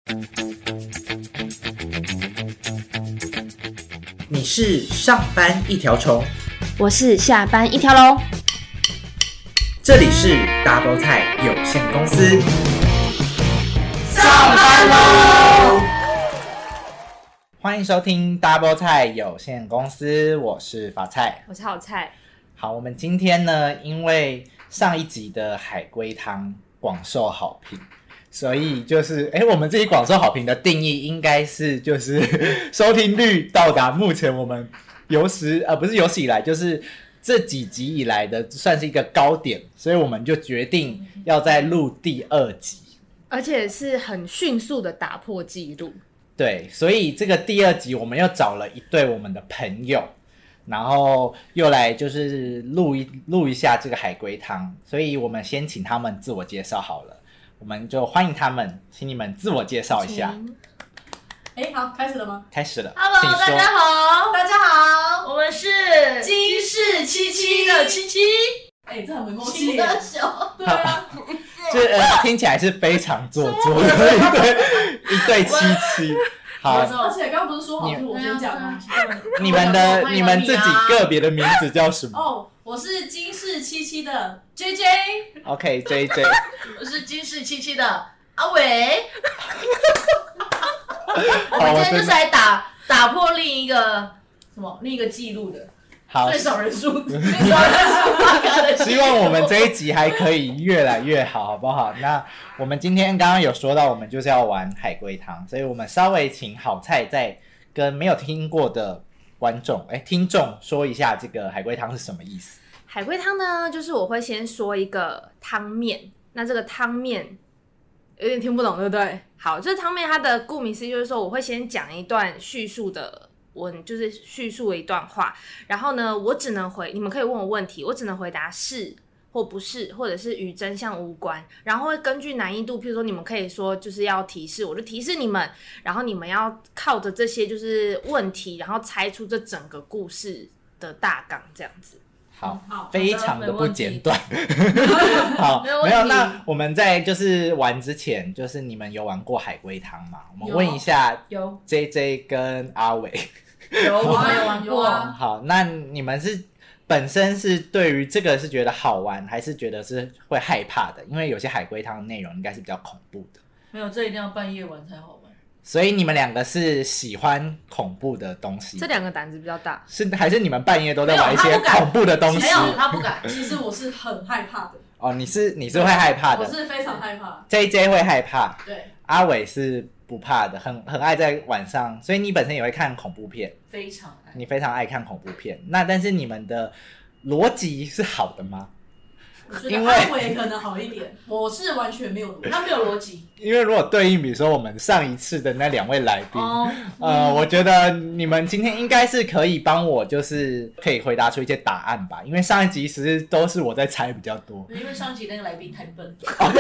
你是上班一条虫， 我是下班一条龙。 这里是 Double 菜有限公司， 上班喽！ 欢迎收听 Double 菜有限公司，我是法菜， 我是好菜。 好，我们今天呢，因为上一集的海龟汤广受好评，所以就是我们这一广受好评的定义应该是就是收听率到达目前我们不是有史以来，就是这几集以来的算是一个高点，所以我们就决定要再录第二集， 而且是很迅速的打破纪录。 对，所以这个第二集我们又找了一对我们的朋友，然后又来就是录一下这个海龟汤，所以我们先请他们自我介绍好了，我们就欢迎他们，请你们自我介绍一下。 好，开始了吗？ 开始了。 Hello， 大家好， 大家好， 我们是金氏77的77。这很没默契耶。对啊， 这听起来是非常做作的一对77。好， 而且刚刚不是说好是我先讲吗？ 你们自己个别的名字叫什么？ 哦，我是金氏77的 JJ。 OK JJ。 我是金氏77的阿伟。我好， 们今天就是来打破另一个记录的好， 最少人数， 希望我们这一集还可以越来越好，好不好？那我们今天刚刚有说到，我们就是要玩海龟汤，所以我们稍微请好菜再跟没有听过的听众说一下这个海龟汤是什么意思。 海龟汤呢，就是我会先说一个汤面，那这个汤面有点听不懂，对不对？好，这汤面它的顾名思义就是说，我会先讲一段叙述的就是叙述的一段话，然后呢，你们可以问我问题，我只能回答是或不是，或者是与真相无关，然后会根据难易度，譬如说你们可以说就是要提示，我就提示你们，然后你们要靠着这些就是问题，然后猜出这整个故事的大纲，这样子。 好，非常的不简短。好， 没有没有。那我们在就是玩之前，就是你们有玩过海龟汤吗？我们问一下有 JJ 跟阿伟。 我们有玩过。 好，那你们是本身是对于这个是觉得好玩，还是觉得是会害怕的？因为有些海龟汤的内容应该是比较恐怖的。 没有，这一定要半夜玩才好玩。 所以你们两个是喜欢恐怖的东西， 这两个胆子比较大， 还是你们半夜都在玩一些恐怖的东西？ 没有，他不敢。 其实我是很害怕的。 哦，你是会害怕的。 我是非常害怕。 JJ 会害怕， 对。 阿伟是不怕的，很爱在晚上，所以你本身也会看恐怖片， 非常爱。 你非常爱看恐怖片。那但是你们的逻辑是好的吗？ 我觉得阿伟可能好一点，我是完全没有逻辑， 他没有逻辑。 因为如果对应，比如说我们上一次的那两位来宾，我觉得你们今天应该是可以帮我，就是可以回答出一些答案吧。因为上一集其实都是我在猜比较多。 因为上一集那个来宾太笨。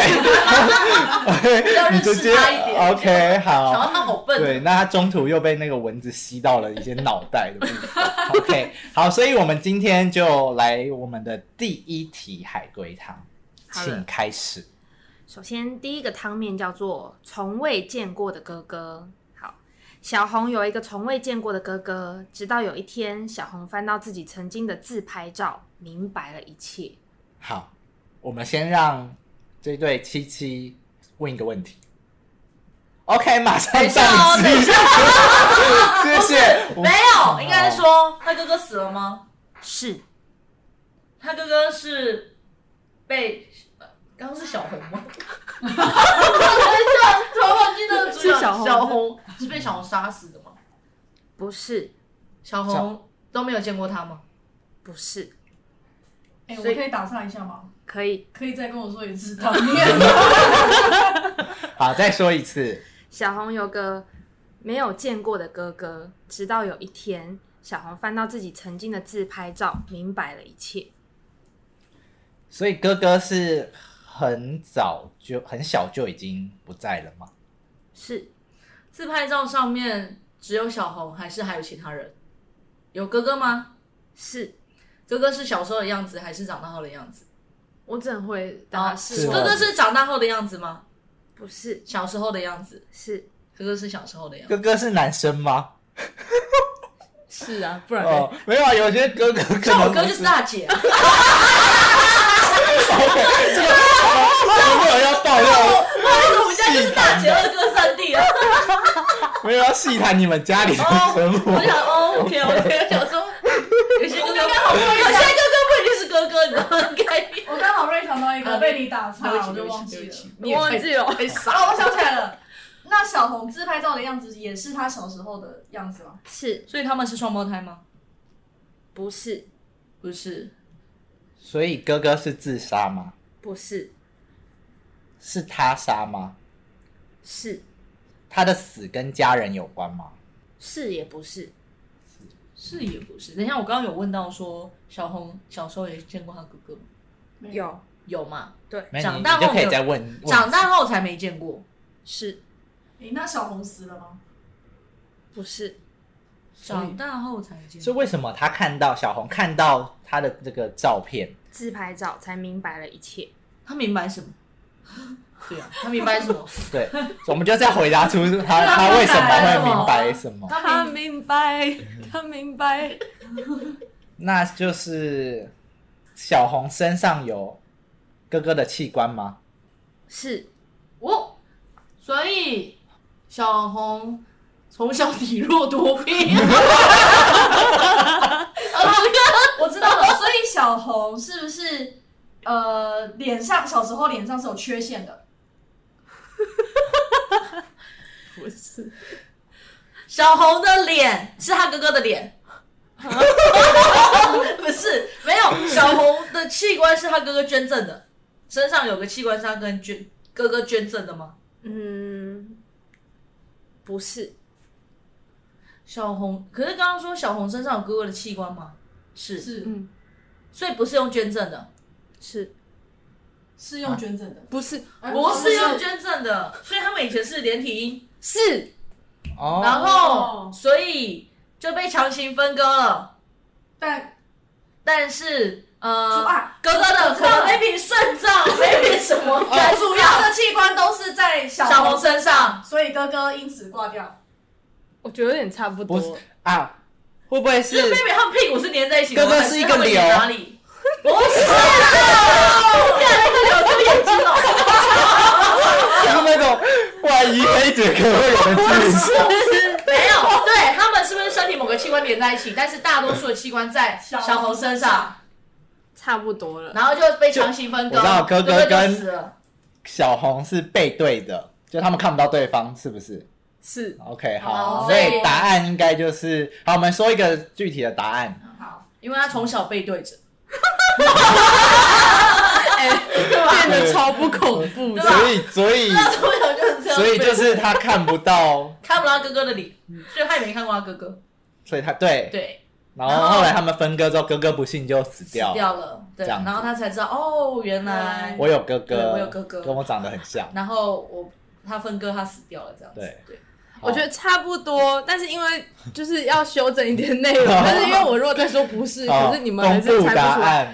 OK， 要认识他一点。 OK， 好。 然后他好笨。 对，那他中途又被那个蚊子吸到了一些脑袋的部分。OK， 好，所以我们今天就来我们的第一题海龟汤，请开始。 首先，第一个汤面叫做“从未见过的哥哥”。好，小红有一个从未见过的哥哥，直到有一天，小红翻到自己曾经的自拍照，明白了一切。 好，我们先让这对77问一个问题。OK， 马上上机。谢谢。 没有，应该是说他哥哥死了吗？ 是。 他哥哥是被。刚刚是小红吗？突然忘记那个主角。 是小红是被小红杀死的吗？ 不是。 小红都没有见过他吗？ 不是。 我可以打岔一下吗？ 可以。 可以再跟我说一次汤面。 好，再说一次。 小红有个没有见过的哥哥，直到有一天，小红翻到自己曾经的自拍照，明白了一切。 所以哥哥是很小就已经不在了吗？ 是。 自拍照上面只有小红，还是还有其他人？有哥哥吗？ 是。 哥哥是小时候的样子，还是长大后的样子？ 我只会答是。 哥哥是长大后的样子吗？ 不是。 小时候的样子？ 是。 哥哥是小时候的样子。 哥哥是男生吗？ 是啊，不然哦，没有啊，有些哥哥可能像我哥就是大姐啊。 OK， 这个没有要爆料， 我们家就是大姐二哥三弟啊。 没有要细谈你们家里的生活。 我想OK， 我想说，有些哥哥不一定是哥哥，你知道吗？概念。 我刚好瑞想到一个被你打岔，我就忘记了。 你忘记了？太傻。 我想起来了。那小红自拍照的样子也是她小时候的样子吗？ 是， 所以他们是双胞胎吗？ 不是？ 不是。 所以哥哥是自杀吗？ 不是。 是他杀吗？ 是。 他的死跟家人有关吗？ 是也不是。 是也不是。等一下，我刚刚有问到说，小红小时候也见过他哥哥吗？有吗？ 对。 长大后你就可以再问。 长大后才没见过。 是。 那小红死了吗？ 不是。 长大后才见过。 是为什么他小红看到他的这个照片自拍照才明白了一切？ 他明白什么？对啊，他明白什么？ 对，我们就是要回答出他为什么会明白什么。 他明白，他明白。 那就是小红身上有哥哥的器官吗？ 是。 所以小红从小体弱多病。 我知道了，所以小红是不是小时候脸上是有缺陷的？ 不是。 小红的脸是他哥哥的脸。不是，没有，小红的器官是他哥哥捐赠的，身上有个器官是他哥哥捐赠的吗？ 不是。 小红，可是刚刚说小红身上有哥哥的器官吗？是，所以不是用捐赠的， 是用捐赠的， 不是， 不是用捐赠的，所以他们以前是连体婴， 是， 然后所以就被强行分割了，但是哥哥的可能maybe肾脏，maybe什么， 主要的器官都是在小红身上， 所以哥哥因此挂掉。 我觉得有点差不多。 不是啊，会不会是 maybe 他们屁股是连在一起的？ 哥哥是一个瘤？ 哪里？不是啦，那个瘤出眼睛了。 就是那种万一黑姐可能会有的剧情。 没有，对他们是不是身体某个器官连在一起？但是大多数的器官在小红身上， 差不多了。 然后就被强行分割。 我知道哥哥跟小红是背对的，就他们看不到对方，是不是？ 是。 OK， 好，所以答案应该就是好。我们说一个具体的答案。 好，因为他从小背对着。 变得超不恐怖的。 所以就是他看不到他哥哥的脸，所以他也没看过他哥哥。 所以他对。然后后来他们分割之后，哥哥不幸就死掉了。对，然后他才知道原来我有哥哥， 我有哥哥， 跟我长得很像。 然后他分割，他死掉了，这样子。对。 我觉得差不多，但是因为就是要修正一点内容，但是因为我如果再说不是，可是你们还是猜不出来。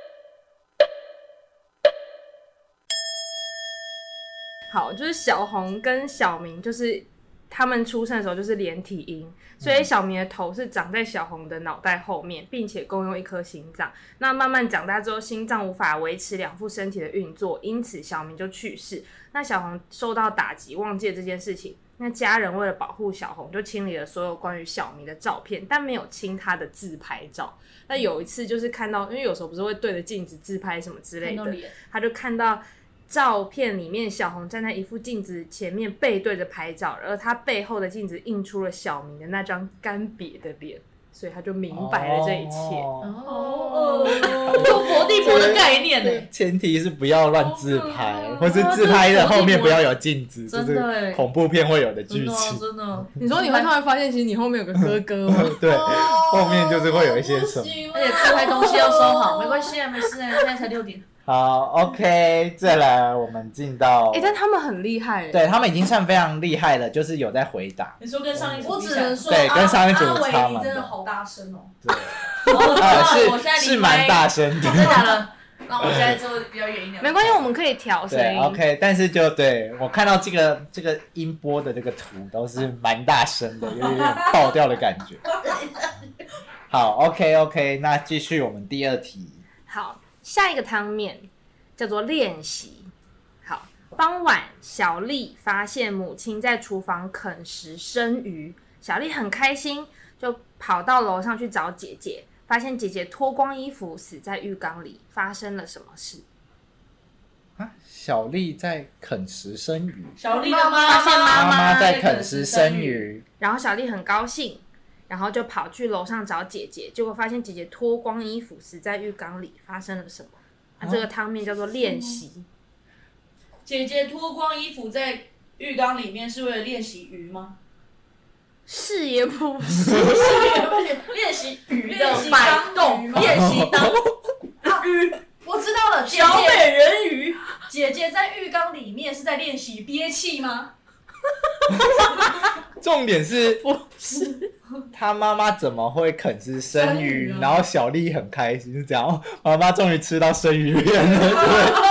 好，就是小红跟小明，就是他们出生的时候就是连体婴，所以小明的头是长在小红的脑袋后面，并且共用一颗心脏。那慢慢长大之后，心脏无法维持两副身体的运作，因此小明就去世。那小红受到打击，忘记了这件事情。那家人为了保护小红，就清理了所有关于小明的照片，但没有清他的自拍照。那有一次就是看到，因为有时候不是会对着镜子自拍什么之类的，他就看到照片里面小红站在一副镜子前面背对着拍照，而他背后的镜子映出了小明的那张干瘪的脸，所以他就明白了这一切。 有佛地魔的概念呢。 前提是不要乱自拍，或是自拍的后面不要有镜子，就是恐怖片会有的剧情。 真的， 你说你会突然发现，其实你后面有个哥哥吗？ 对，后面就是会有一些什么， 而且自拍东西要收好，没关系啊，没事啊，现在才6点。 好 ，OK， 再来我们进到， 但他们很厉害， 对他们已经算非常厉害了，就是有在回答。 你说跟上一组， 我只能说， 对，跟上一组差蛮多。你真的好大声哦！ 对，是蛮大声的。 真的假的？ 那我现在坐比较远一点。 没关系，我们可以调声对音。 ，OK，但是就对我看到这个音波的这个图都是蛮大声的，有点爆掉的感觉。好，OK， 那继续我们第二题。 好，下一个汤面叫做练习。好，傍晚，小丽发现母亲在厨房啃食生鱼，小丽很开心，就跑到楼上去找姐姐，发现姐姐脱光衣服死在浴缸里，发生了什么事？ 啊，小丽在啃食生鱼， 小丽的发现妈妈在啃食生鱼， 然后小丽很高兴，然后就跑去楼上找姐姐，结果发现姐姐脱光衣服死在浴缸里，发生了什么？这个汤面叫做练习。 姐姐脱光衣服在浴缸里面是为了练习鱼吗？ 是也不是， 练习鱼的摆动，练习当鱼。 我知道了， 小美人鱼。 姐姐在浴缸里面是在练习憋气吗？ 重点是不是他妈妈怎么会啃食生生鱼？ 鱼啊然后小丽很开心，是这样。哦妈妈终于吃到生鱼片了，对。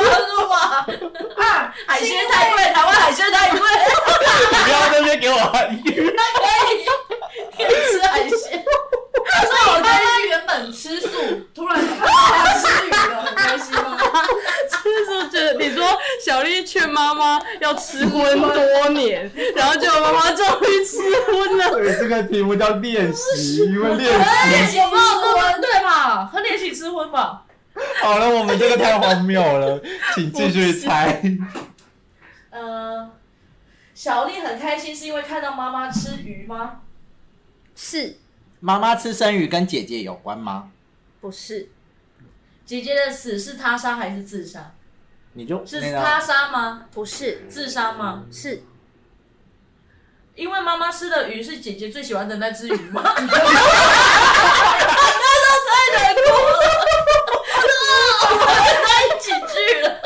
啊， 海鲜太贵，台湾海鲜太贵， 你不要在那边给我鱼。 那可以天吃海鲜。 所以我妈妈原本吃素，突然看到她吃鱼了，很开心吗？ 就是觉得你说小丽劝妈妈要吃荤多年，然后结果妈妈终于吃荤了。 所以这个题目叫练习，因为练习。 有没有荤对吧？和练习吃荤吧。 好了，我们这个太荒谬了，请继续猜。 小丽很开心是因为看到妈妈吃鱼吗？ 是妈妈吃生鱼跟姐姐有关吗？ 不是？ 姐姐的死是他杀还是自杀？ 你就是那个他杀吗？ 不是？ 自杀吗？ 是因为妈妈吃的鱼是姐姐最喜欢的那只鱼吗？在一起去了。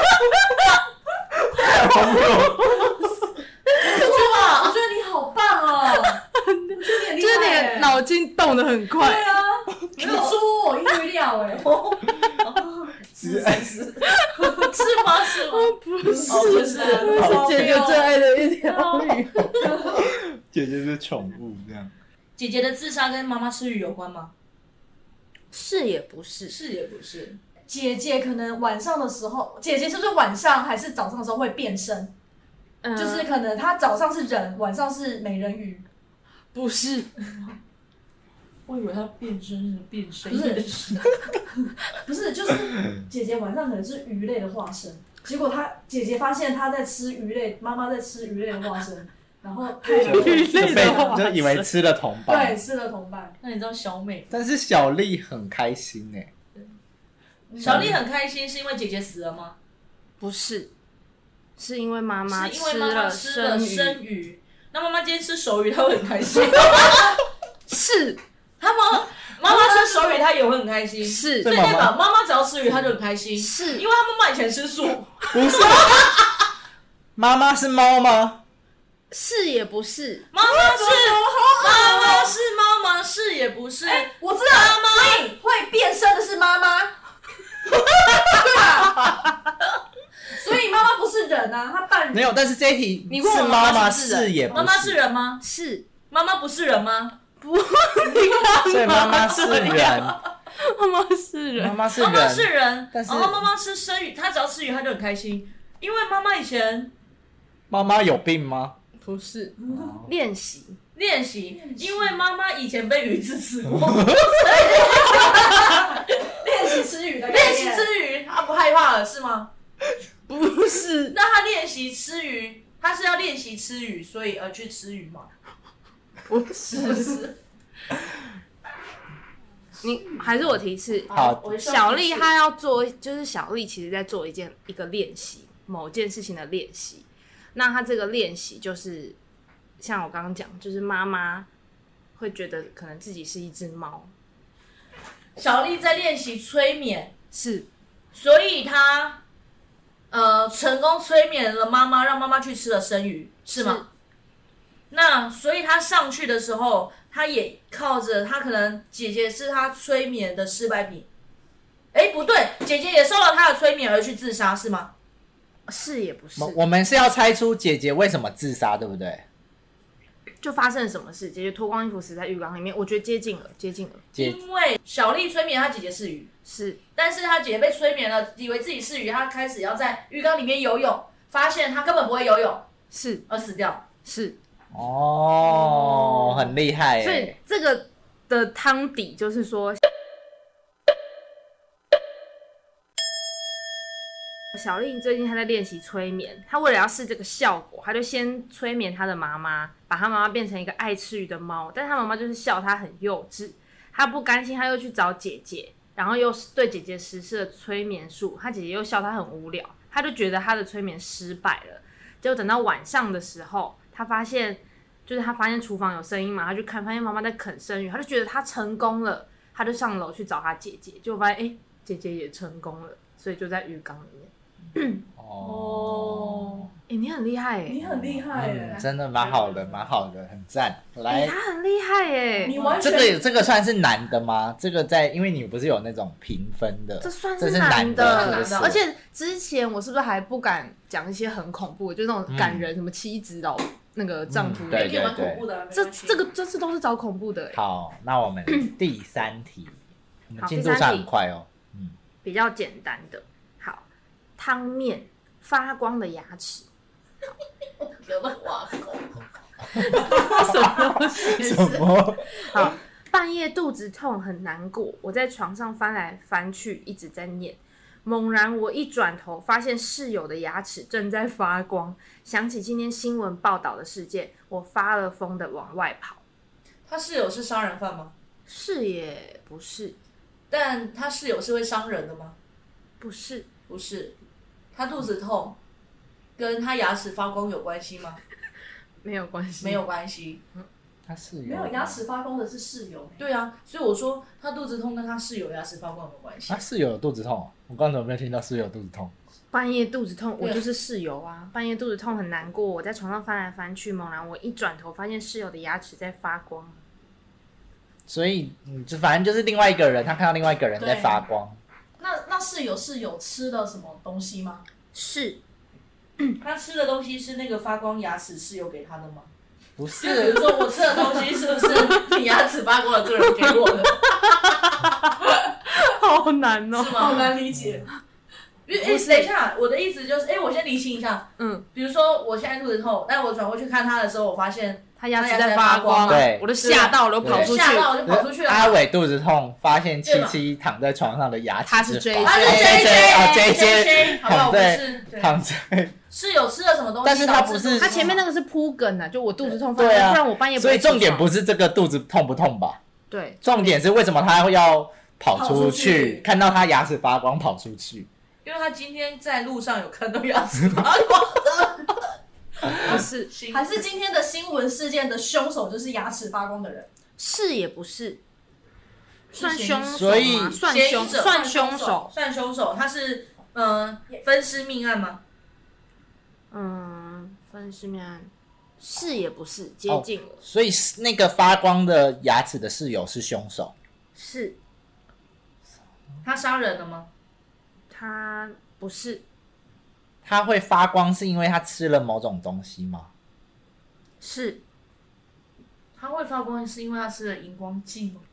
我觉得你好棒哦， 就是你的脑筋动得很快。 对啊，没有出乎我意料哎。 是是吗？是吗？ 不是， 不是姐姐最爱的一条鱼。 姐姐是宠物这样。 姐姐的自杀跟妈妈吃鱼有关吗？ 是也不是？ 是也不是。 姐姐可能晚上的时候，姐姐是不是晚上还是早上的时候会变身？就是可能她早上是人，晚上是美人鱼。 不是？ 我以为她变身是变身， 不是，就是姐姐晚上可能是鱼类的化身，结果姐姐发现她在吃鱼类，妈妈在吃鱼类的化身，然后太就以为吃了同伴。 对，吃了同伴。 那你知道小美？ 但是小丽很开心哎。 小丽很开心是因为姐姐死了吗？ 不是，是因为妈妈是因为妈妈吃了生鱼。那妈妈今天吃熟鱼，她会很开心。 是， 她妈吃熟鱼，她也会很开心。 是， 所以代表妈妈只要吃鱼，她就很开心。 是， 因为她妈妈以前吃素。 不是。妈妈是猫吗？ 是也不是？ 妈妈是也不是？ 我知道，所以会变身的是妈妈。对吧？所以妈妈不是人啊，她扮没有，但是这一题你问我妈妈是也不是。 妈妈是人吗？ 是。 妈妈不是人吗？ 不，你看， 所以妈妈是人。 妈妈是人。 妈妈是人。 妈妈是人。 但是然后妈妈吃生鱼，她只要吃鱼，她就很开心，因为妈妈以前。 妈妈有病吗？ 不是。练习， 因为妈妈以前被鱼刺吃过。 练习吃鱼的概念。 练习吃鱼，她不害怕了是吗？ 不是。 那她练习吃鱼，她是要练习吃鱼，所以而去吃鱼吗？ 不是。你还是我提示。 好， 小丽她要做，就是小丽其实在做一个练习，某件事情的练习。那她这个练习就是像我刚刚讲，就是妈妈会觉得可能自己是一只猫。 小丽在练习催眠， 是， 所以她成功催眠了妈妈，让妈妈去吃了生鱼，是吗？那所以她上去的时候，她也靠着她可能姐姐是她催眠的失败品， 不对，姐姐也受了他的催眠而去自杀是吗？ 是也不是。 我们是要猜出姐姐为什么自杀，对不对？ 就发生了什么事？姐姐脱光衣服死在浴缸里面，我觉得接近了。 因为小丽催眠她姐姐是鱼， 是， 但是她姐姐被催眠了，以为自己是鱼，她开始要在浴缸里面游泳，发现她根本不会游泳， 是而死掉。 是。 哦，很厉害耶。 所以这个的汤底就是说，小丽最近她在练习催眠，她为了要试这个效果，她就先催眠她的妈妈，把她妈妈变成一个爱吃鱼的猫，但是她妈妈就是笑她很幼稚，她不甘心，她又去找姐姐，然后又对姐姐实施了催眠术，她姐姐又笑她很无聊，她就觉得她的催眠失败了。结果等到晚上的时候，她发现厨房有声音嘛，她去看，发现妈妈在啃生鱼，她就觉得她成功了，她就上楼去找她姐姐，结果发现姐姐也成功了，所以就在浴缸里面。你很厉害耶！ 你很厉害耶！ 真的蛮好的，很赞。来， 他很厉害耶！ 你完全这个算是难的吗？这个因为你不是有那种评分的， 这算是难的， 而且之前我是不是还不敢讲一些很恐怖的，就是那种感人，什么妻子老那个丈夫， 对， 蛮恐怖的。 这次都是找恐怖的。 好，那我们第三题，我们进度上很快哦。 比较简单的。好，汤面发光的牙齿。 有个挖口， 什么东西？ 什么？ 好，半夜肚子痛很难过，我在床上翻来翻去，一直在念。猛然我一转头，发现室友的牙齿正在发光。想起今天新闻报道的事件，我发了疯的往外跑。 他室友是杀人犯吗？ 是也不是。 但他室友是会伤人的吗？ 不是。 不是。他肚子痛跟他牙齿发光有关系吗？ 没有关系。 没有关系。 他室友没有牙齿发光的是室友。 对啊，所以我说他肚子痛跟他室友牙齿发光有关系。 他室友有肚子痛我刚才有没有听到室友肚子痛？ 半夜肚子痛，我就是室友啊。半夜肚子痛很难过，我在床上翻来翻去，猛然我一转头，发现室友的牙齿在发光。 所以就反正就是另外一个人，他看到另外一个人在发光。 那室友是有吃了什么东西吗？ 是。 他吃的东西是那个发光牙齿室友给他的吗？ 不是， 就比如说我吃的东西是不是你牙齿发光的这个人给我的？ 好难哦， 是吗？ 好难理解。 因为等一下，我的意思就是，我先厘清一下。比如说我现在肚子痛，但我转过去看他的时候，我发现他牙齿在发光， 对， 我都吓到了，我跑出去， 吓到我就跑出去了。 阿伟肚子痛，发现七七躺在床上的牙齿， 他是 JJ， 他是 JJ， 好， 对， 躺在。 室友吃了什么东西？ 但是他不是， 他前面那个是铺梗啊，就我肚子痛，对啊，不然我半夜不会。 所以重点不是这个肚子痛不痛吧？ 对， 重点是为什么他要跑出去，看到他牙齿发光跑出去。 因为他今天在路上有看到牙齿发光的。 不是， 还是今天的新闻事件的凶手就是牙齿发光的人？ 是也不是，算凶手吗？ 所以算凶手， 算凶手。他是分尸命案吗？ 分尸命案是也不是，接近了。 所以那个发光的牙齿的室友是凶手？ 是。 他杀人了吗？ 他不是。 他会发光是因为他吃了某种东西吗？ 是。 他会发光是因为他吃了荧光剂吗？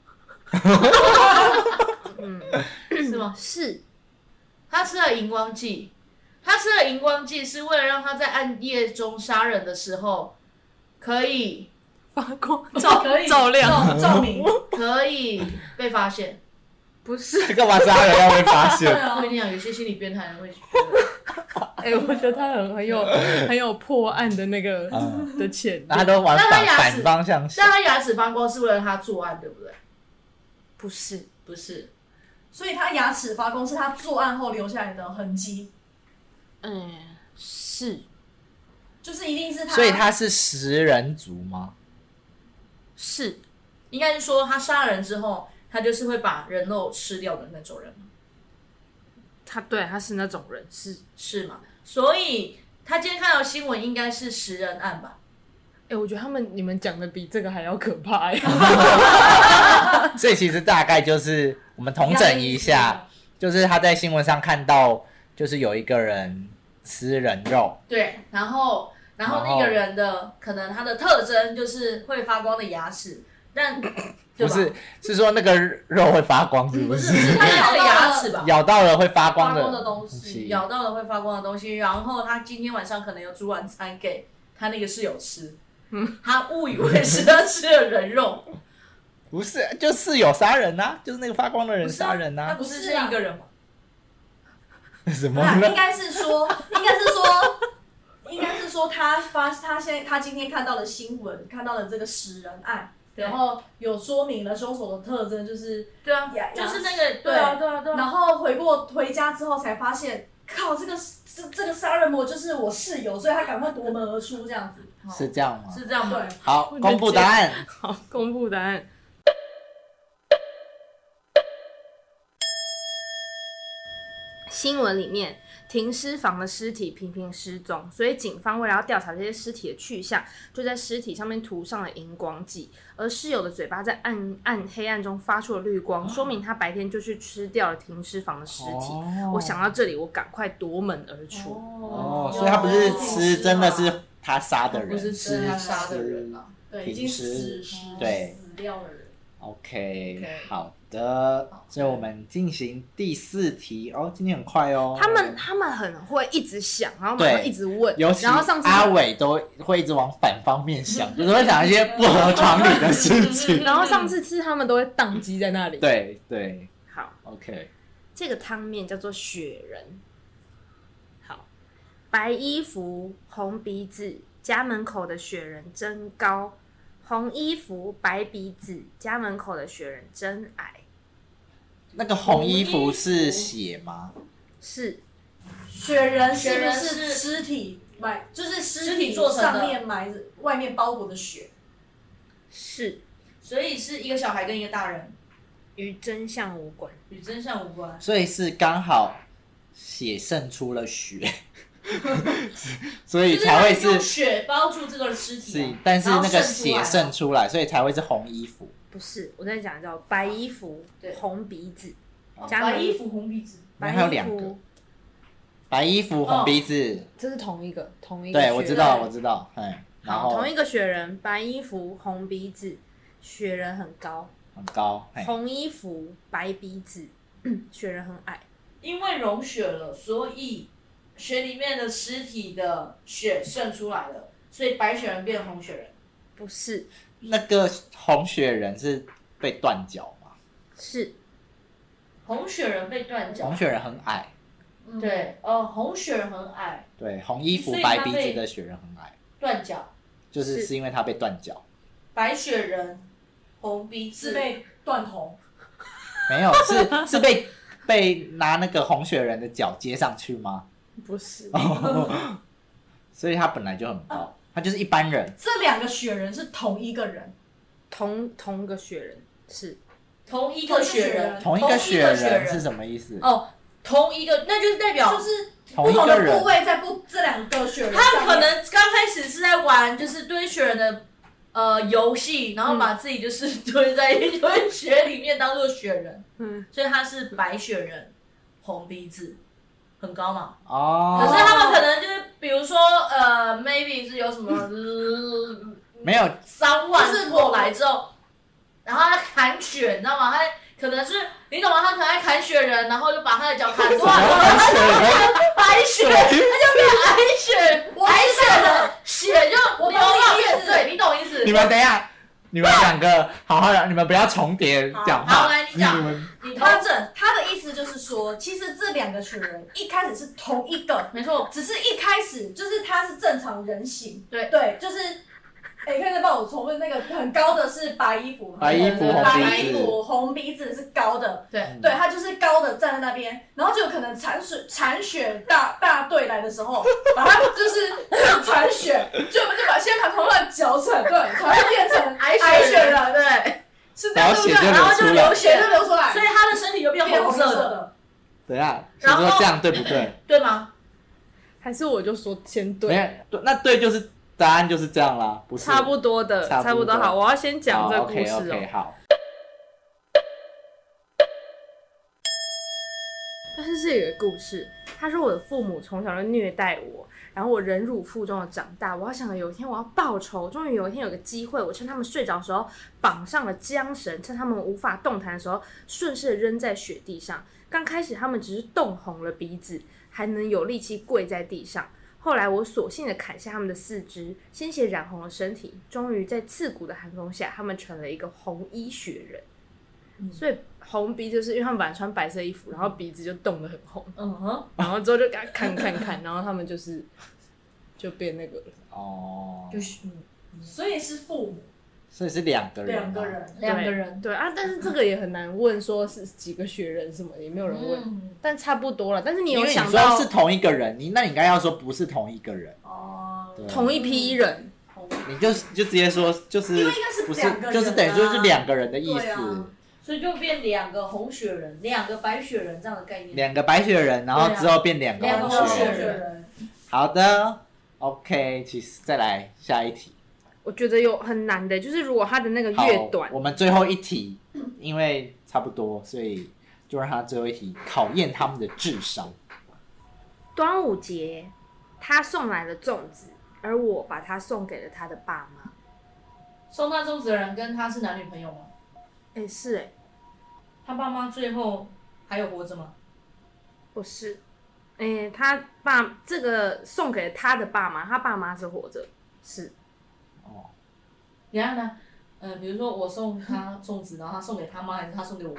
是吗？ 是。 他吃了荧光剂，他吃了荧光剂是为了让他在暗夜中杀人的时候可以发光、 照亮、照明， 可以被发现。 不是， 干嘛杀人要被发现？ 不一定啊，有些心理变态人会。 我觉得他很有破案的那个的潜力。 他都往反方向想。 但他牙齿发光是为了他作案，对不对？ 不是， 不是。 所以他牙齿发光是他作案后留下来的痕迹。 是。 就是一定是他。 所以他是食人族吗？ 是。 应该是说他杀人之后。他就是会把人肉吃掉的那种人。 他是那种人， 是吗？所以他今天看到新闻应该是食人案吧？ 我觉得你们讲的比这个还要可怕所以其实大概就是我们统整一下， 就是他在新闻上看到，就是有一个人吃人肉， 对，然后那个人的可能他的特征就是会发光的牙齿，但不是，是说那个肉会发光，是不是？ 是他咬的牙齿吧？ 咬到了会发光的东西，咬到了会发光的东西。然后他今天晚上可能有煮晚餐给他那个室友吃，他误以为是他吃了人肉。 不是，就室友杀人啊，就是那个发光的人杀人啊。 他不是一个人吗？ 什么？ 应该是说，他今天看到的新闻，看到的这个食人案，然后有说明了凶手的特征，就是对啊，就是那个对啊。 然后回家之后才发现，靠，这个杀人魔就是我室友，所以他赶快夺门而出，这样子。 是这样吗？ 是这样吗？ 对。 好，公布答案。 好，公布答案。新闻里面，停尸房的尸体频频失踪，所以警方为了要调查这些尸体的去向，就在尸体上面涂上了荧光剂。而室友的嘴巴在黑暗中发出了绿光，说明他白天就去吃掉了停尸房的尸体。我想到这里，我赶快夺门而出。 所以他不是吃，真的是他杀的人， 不是吃他杀的人啊， 对，已经死掉的人。 OK， 好的，所以我们进行第4题哦，今天很快哦。 他们很会一直想，然后会一直问， 尤其然后上次阿伟都会一直往反方面想，就是会想一些不合常理的事情。 然后上次吃他们都会宕机在那里。 对对， 好 ，OK。 这个汤面叫做雪人。好，白衣服红鼻子，家门口的雪人真高。红衣服白鼻子，家门口的雪人真矮。 那个红衣服是血吗？ 是。 雪人是不是尸体就是尸体做上面埋着，外面包裹的雪？ 是。 所以是一个小孩跟一个大人， 与真相无关。 与真相无关。 所以是刚好血渗出了血。所以才会是用血包住这个尸体， 是，但是那个血渗出来，所以才会是红衣服。 不是，我在讲叫白衣服，红鼻子， 白衣服红鼻子， 还有2个，白衣服红鼻子， 这是同一个。 对，我知道，然后同一个雪人，白衣服红鼻子，雪人很高，红衣服白鼻子，雪人很矮。 因为融雪了，所以雪里面的尸体的血渗出来了，所以白雪人变红雪人。 不是， 那个红雪人是被断脚吗？ 是， 红雪人被断脚。 红雪人很矮。 对，红雪人很矮。 对，红衣服白鼻子的雪人很矮。 断脚。 是因为他被断脚。 白雪人红鼻子是被断头。 没有，是被拿那个红雪人的脚接上去吗？ 不是。 所以他本来就很高，他就是一般人。 这2个雪人是同一个人， 同一个雪人是同一个雪人， 同一个雪人是什么意思？ 同一个，那就是代表就是不同的部位在这2个雪人上面。 他可能刚开始是在玩就是堆雪人的游戏，然后把自己就是堆在一堆雪里面当做雪人，所以他是白雪人，红鼻子，很高嘛。可是他们可能就是比如说maybe 是有什么没有 3万过来之后，然后他砍雪，你知道吗？他可能是你懂吗？他可能在砍雪人，然后就把他的脚砍断，白雪，他就变矮雪，矮雪的血就流到面，对，你懂意思？ 你们等一下，你们2个好好讲，你们不要重叠讲话。 好，来你讲，你调整。 他的意思就是说，其实这2个雪人一开始是同一个， 没错， 只是一开始就是他是正常人形， 对， 就是。可以再帮我重复那个很高的是白衣服， 白衣服红鼻子是高的， 对， 他就是高的站在那边，然后就有可能铲雪大队来的时候，把他就是铲雪，就把先把头发搅成对，才会变成矮雪人，对，是这样对不对？ 然后就流血就流出来， 所以他的身体就变红色的。 等一下，然后这样对不对？ 对吗？ 还是我就说先对？ 没有，那对就是。答案就是这样啦，不是差不多的，差不多。好，我要先讲这个故事 OK，好。 但是有一个故事，他说我的父母从小就虐待我，然后我忍辱负重的长大。我要想有一天我要报仇，终于有一天有个机会，我趁他们睡着的时候绑上了缰绳，趁他们无法动弹的时候顺势地扔在雪地上。刚开始他们只是冻红了鼻子，还能有力气跪在地上。后来我索性的砍下他们的四肢，鲜血染红了身体。终于在刺骨的寒风下，他们成了一个红衣雪人。所以红鼻就是因为他们本来穿白色衣服，然后鼻子就冻得很红，然后之后就给他砍，然后他们就变那个了。 哦， 就是所以是父母所以是2个人， 两个人， 对啊，但是这个也很难问，说是几个雪人什么，也没有人问，但差不多了。但是你有想到， 因为你说是同一个人，那你应该要说不是同一个人哦， 同一批人， 你就直接说就是因为应该是不是 2个人啊就是等于说是2个人的意思。 对啊所以就变2个红雪人，2个白雪人这样的概念。 2个白雪人，然后之后变2个 2个红雪红雪人。 人。 好的 ，OK， 其实再来下一题。 我觉得有很难的，就是如果他的那个越短， 我们最后一题，因为差不多，所以就让他最后一题考验他们的智商。 端午节他送来了粽子，而我把它送给了他的爸妈。 送他粽子的人跟他是男女朋友吗？ 是他爸妈最后还有活着吗？ 不是？他爸这个送给他的爸妈，他爸妈是活着，是。 哦， 你看呢？比如说我送他粽子，然后他送给他妈，还是他送给我妈？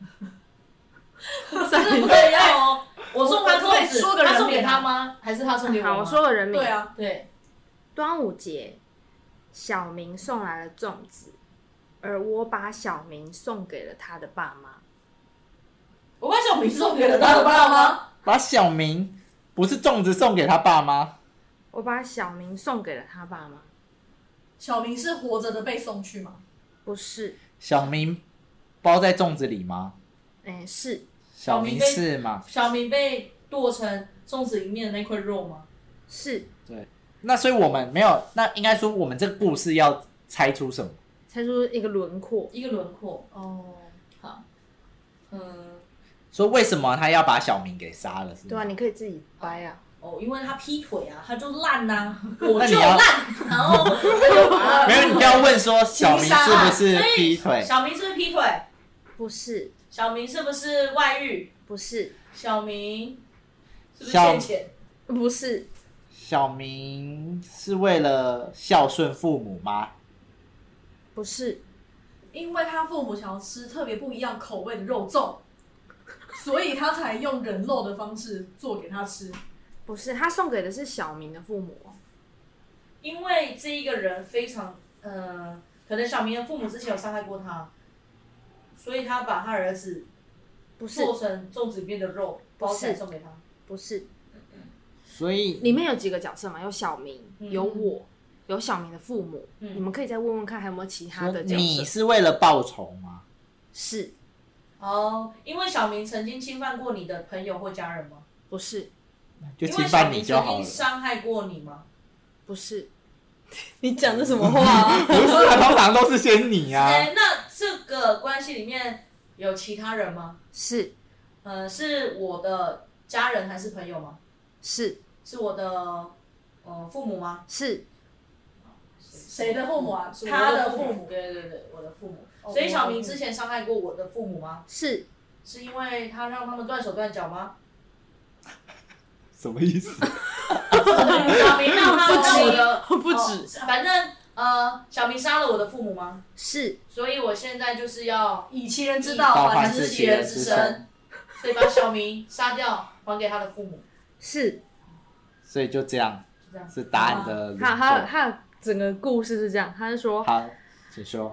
这不对要哦。我送他粽子，他送给他妈，还是他送给我妈？ 好，我说个人名。 对啊， 对。 端午节，小明送来了粽子，而我把小明送给了他的爸妈。 我把小明送给了他的爸妈。 把小明不是粽子送给他爸妈， 我把小明送给了他爸妈。 小明是活着的被送去吗？ 不是。 小明包在粽子里吗？ 是。 小明是吗？ 小明被剁成粽子里面的那块肉吗？ 是。 对。那所以我们没有，那应该说我们这个故事要猜出什么？ 猜出一个轮廓。 一个轮廓。哦，好。 说为什么他要把小明给杀了？是吗？ 对啊，你可以自己掰啊。 因为他劈腿啊，他就烂呐，我就烂，然后没有，你就要问说小明是不是劈腿？ 小明是不是劈腿？ 不是。 小明是不是外遇？ 不是。 小明是不是欠钱？ 不是。 小明是为了孝顺父母吗？ 不是。 因为他父母想要吃特别不一样口味的肉粽，所以他才用人肉的方式做给他吃。 不是，他送给的是小明的父母。 因为这一个人非常，可能小明的父母之前有伤害过他，所以他把他儿子做成粽子里面的肉包起来送给他。 不是。 所以里面有几个角色嘛？有小明，有我，有小明的父母。你们可以再问问看，还有没有其他的角色？ 你是为了报仇吗？ 是。 因为小明曾经侵犯过你的朋友或家人吗？ 不是。 就侵犯你就好了。 因为小明曾经伤害过你吗？ 不是。你讲的什么话啊？ 不是，通常都是先你啊。 那这个关系里面有其他人吗？ 是。 是我的家人还是朋友吗？ 是。 是我的父母吗？ 是。 谁的父母啊？ 他的父母。对，我的父母。所以小明之前伤害过我的父母吗？ 是。 是因为他让他们断手断脚吗？ 什么意思？ 小明让他我的不止， 反正小明杀了我的父母吗？ 是。 所以我现在就是要以其人之道还治其人之身，所以把小明杀掉，还给他的父母。 是。 所以就这样，是答案的。 他整个故事是这样，他是说， 好，请说。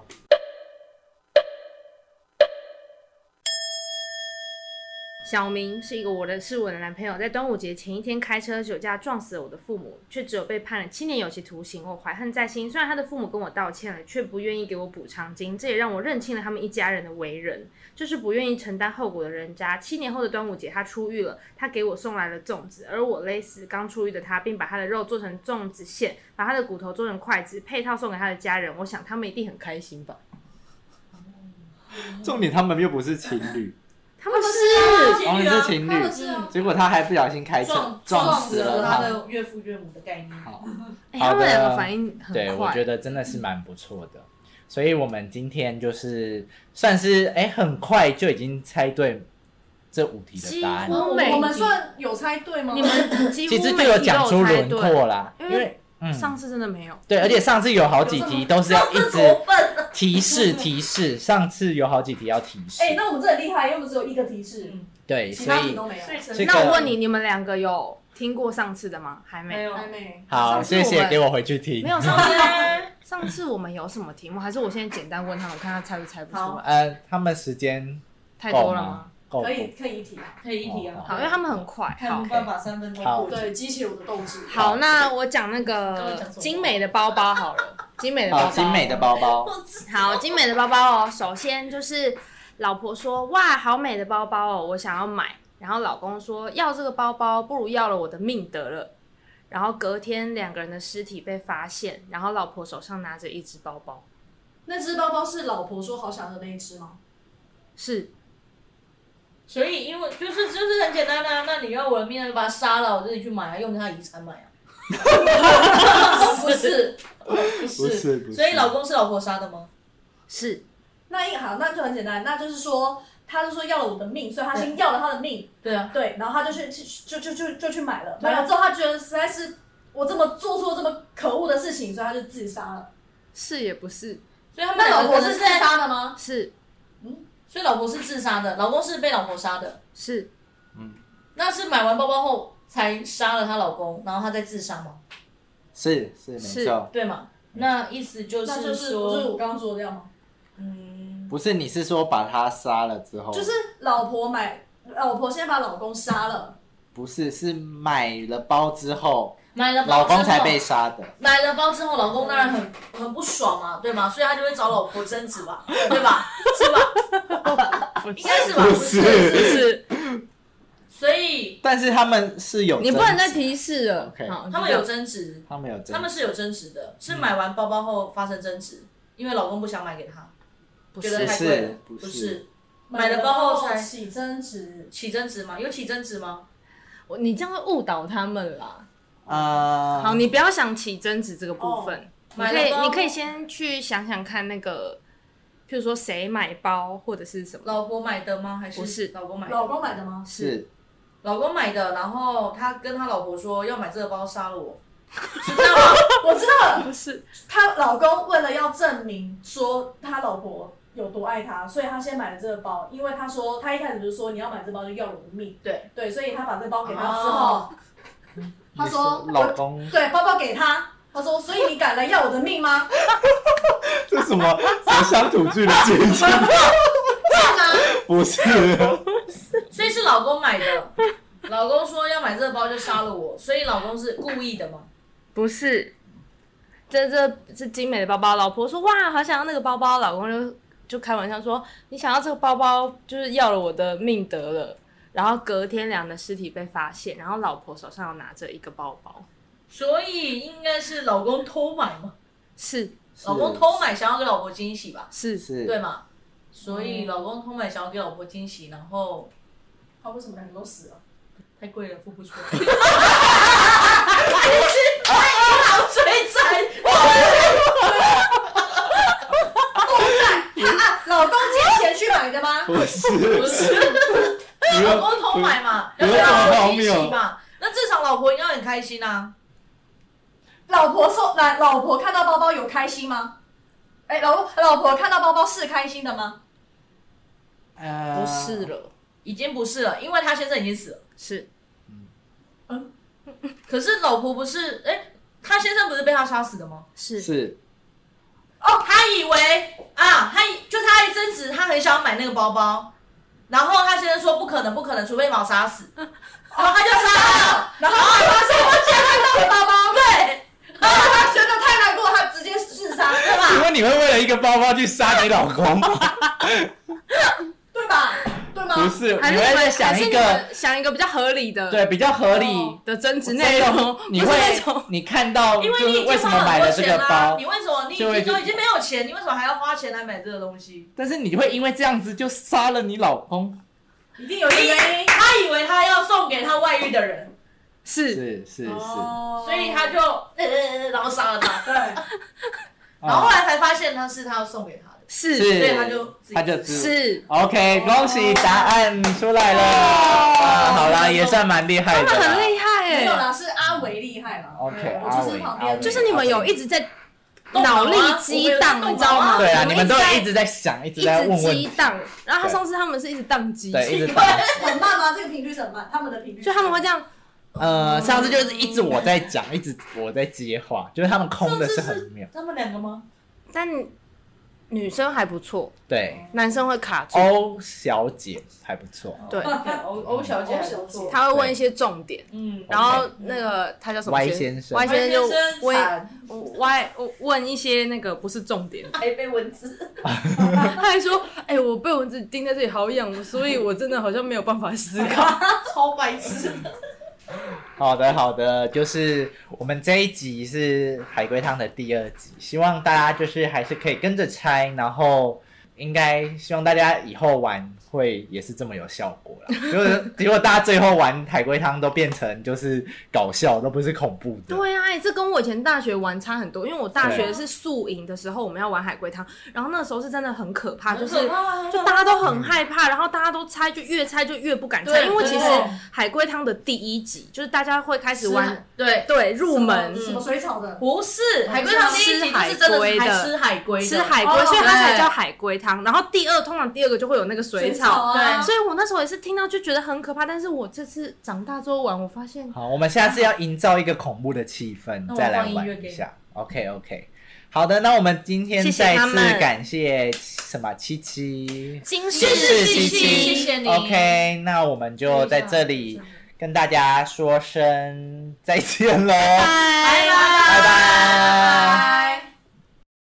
小明是我的男朋友，在端午节前一天开车酒驾撞死了我的父母，却只有被判了7年有期徒刑。我怀恨在心，虽然他的父母跟我道歉了，却不愿意给我补偿金，这也让我认清了他们一家人的为人，就是不愿意承担后果的人渣。7年后的端午节，他出狱了，他给我送来了粽子，而我勒死刚出狱的他，并把他的肉做成粽子馅，把他的骨头做成筷子，配套送给他的家人。我想他们一定很开心吧。 重点他们又不是情侣。 他们是哦，你是情侣他们，是啊结果他还不小心开车撞死了他的岳父岳母的概念。 好， 他们两个反应很快。 对，我觉得真的是蛮不错的。所以我们今天就是算是很快就已经猜对这5题的答案几。乎每我们算有猜对吗？ 你们几乎其实就有讲出轮每廓啦， 题都有猜对， 因为上次真的没有。 对，而且上次有好几题都是要一直多笨啊！ 提示，上次有好几题要提示。 那我们这很厉害，因为我们只有1个提示， 对， 其所以他题都没有。 这个那我问你，你们两个有听过上次的吗？还没。 有， 还没。 好， 上次我们谢谢，给我回去听。 没有上次我们有什么题目？还是我现在简单问他们，看他猜不猜不出来？ 他们时间太多了吗？ 够可以一题啊。 可以一题啊。 好，因为他们很快。 看有没有办法3分钟过去。 对，激起我的斗志。 好，那我讲那个精美的包包好了，精美的包包。 精美的包包。 好，精美的包包哦。首先就是老婆说：“哇，好美的包包哦，我想要买。”然后老公说：“要这个包包，不如要了我的命得了。”然后隔天2个人的尸体被发现，然后老婆手上拿着一只包包。 那只包包是老婆说好想要的那一只吗？ 是。 所以因为就是很简单啊，那你要我的命就把他杀了，我自己去买啊，用他遗产买啊。不是，所以老公是老婆殺的吗？ 是。 好，那就很简单，那就是说，他就说要了我的命，所以他先要了他的命。 对啊。 对，然后他就去买了，买了之后他觉得实在是我这么做错这么可恶的事情，所以他就自杀了。 是也不是。 所以他们那老婆是自杀的吗？ 是。 所以老婆是自杀的，老公是被老婆杀的。 是。 那是买完包包后才杀了她老公，然后她再自杀吗？ 是没错。 对嘛？那意思就是说， 就是我刚刚说的这样吗？ 不是，你是说把他杀了之后？ 就是老婆先把老公杀了。 不是，是买了包之后， 买了包老公才被杀的。 买了包之后，老公当然很不爽嘛，对吗？所以他就会找老婆争执吧，对吧？是吧？应该是吧？ 不是。 所以， 但是他们是有， 你不能再提示了。 Okay. 他们有争执， 他们是有争执的，是买完包包后发生争执，因为老公不想买给他，觉得太贵了，不是。买了包后才起争执， 起争执吗？有起争执吗？ 你这样会误导他们啦。 好， 你不要想起争执这个部分， 你可以先去想想看那个，譬如说谁买包或者是什么。 老婆买的吗？还是不是老公买的？ 老公买的吗？ 是。 老公买的，然后他跟他老婆说要买这个包杀了我，是这样吗？ 我知道了， 不是。 他老公为了要证明说他老婆有多爱他，所以他先买了这个包，因为他说他一开始就说你要买这包就要了我的命，对，所以他把这包给他之后，他说老公对包包给他，他说所以你敢来要我的命吗？ 这什么乡土剧的剧情？不是。 所以是老公买的，老公说要买这个包就杀了我，所以老公是故意的吗？ 不是，这是精美的包包。老婆说哇，好想要那个包包，老公就开玩笑说你想要这个包包，就是要了我的命得了。然后隔天2人的尸体被发现，然后老婆手上有拿着一个包包， 所以应该是老公偷买吗？ 是， 老公偷买想要给老婆惊喜吧？ 是， 对吗？所以老公偷买想要给老婆惊喜，然后他为什么2个都死了？ 太贵了，付不出来。好追债， 老公借钱去买的吗？ 不是， 老公偷买嘛，要给老婆惊喜嘛。那至少老婆应该很开心啊。 老婆看到包包有开心吗？老婆看到包包是开心的吗？ 不是了， 已经不是了，因为他先生已经死了。 是。 可是老婆不是，他先生不是被他杀死的吗？ 是。 哦，他以为啊，他一争执，他很想买那个包包，然后他先生说不可能，除非把我杀死，然后他就杀了，然后他说我捡到了包包，对， 然后他觉得太难过，他直接自杀，对吧？ 请问你会为了一个包包去杀你老公吗？ 对吧？对吗？ 不是，你会在想一个比较合理的， 对，比较合理的争执内容。 你看到， 因为你已经花买了这个包， 你为什么你已经没有钱，你为什么还要花钱来买这个东西？ 但是你会因为这样子就杀了你老公？ 一定有一个原因。 他以为他要送给他外遇的人， 是， 所以他就然后杀了他。 对， 然后后来才发现他要送给他的， 是所以他就自己是 OK， 恭喜答案出来了。好啦，也算蛮厉害的啦。 他们很厉害没有啦，是阿维厉害嘛。 OK， 我就是旁边， 就是你们有一直在脑力激荡，你知道吗？ 对啊，你们都在一直在想，一直一直在问问题。 激荡，然后上次他们是一直宕机， 对，一直很慢吗？这个频率是很慢，他们的频率。 就他们会这样。 上次就是一直我在讲，一直我在接话，就是他们空的是很妙。 他们两个吗？ 但女生还不错， 对， 男生会卡住。 欧小姐还不错。 对， 欧小姐还不错， 他会问一些重点，然后那个他叫什么 Y 先生 ？Y 先生就惨问一些那个不是重点， 还被蚊子， 他还说：“哎，我被蚊子叮在这里好痒，所以我真的好像没有办法思考。” 超白痴。 好的，就是我们这一集是海龟汤的第2集，希望大家就是还是可以跟着猜，然后应该希望大家以后玩会也是这么有效果啦。就是结果大家最后玩海龟汤都变成就是搞笑，都不是恐怖的。 对啊，这跟我以前大学玩差很多，因为我大学是宿营的时候，我们要玩海龟汤，然后那时候是真的很可怕，就大家都很害怕，然后大家都猜，就越猜就越不敢猜，因为其实海龟汤的第1集就是大家会开始玩，对入门什么水草的？ 不是海龟汤第1集就是真的还吃海龟， 所以它才叫海龟汤。然后通常第2个就会有那个水草， 对， 所以我那时候也是听到就觉得很可怕，但是我这次长大之后玩，我发现好，我们下次要营造一个恐怖的气氛，再来玩一下。OK， 好的，那我们今天再次感谢什么七七， 金世七七， 谢谢你。 OK， 那我们就在这里跟大家说声再见喽， 拜拜拜。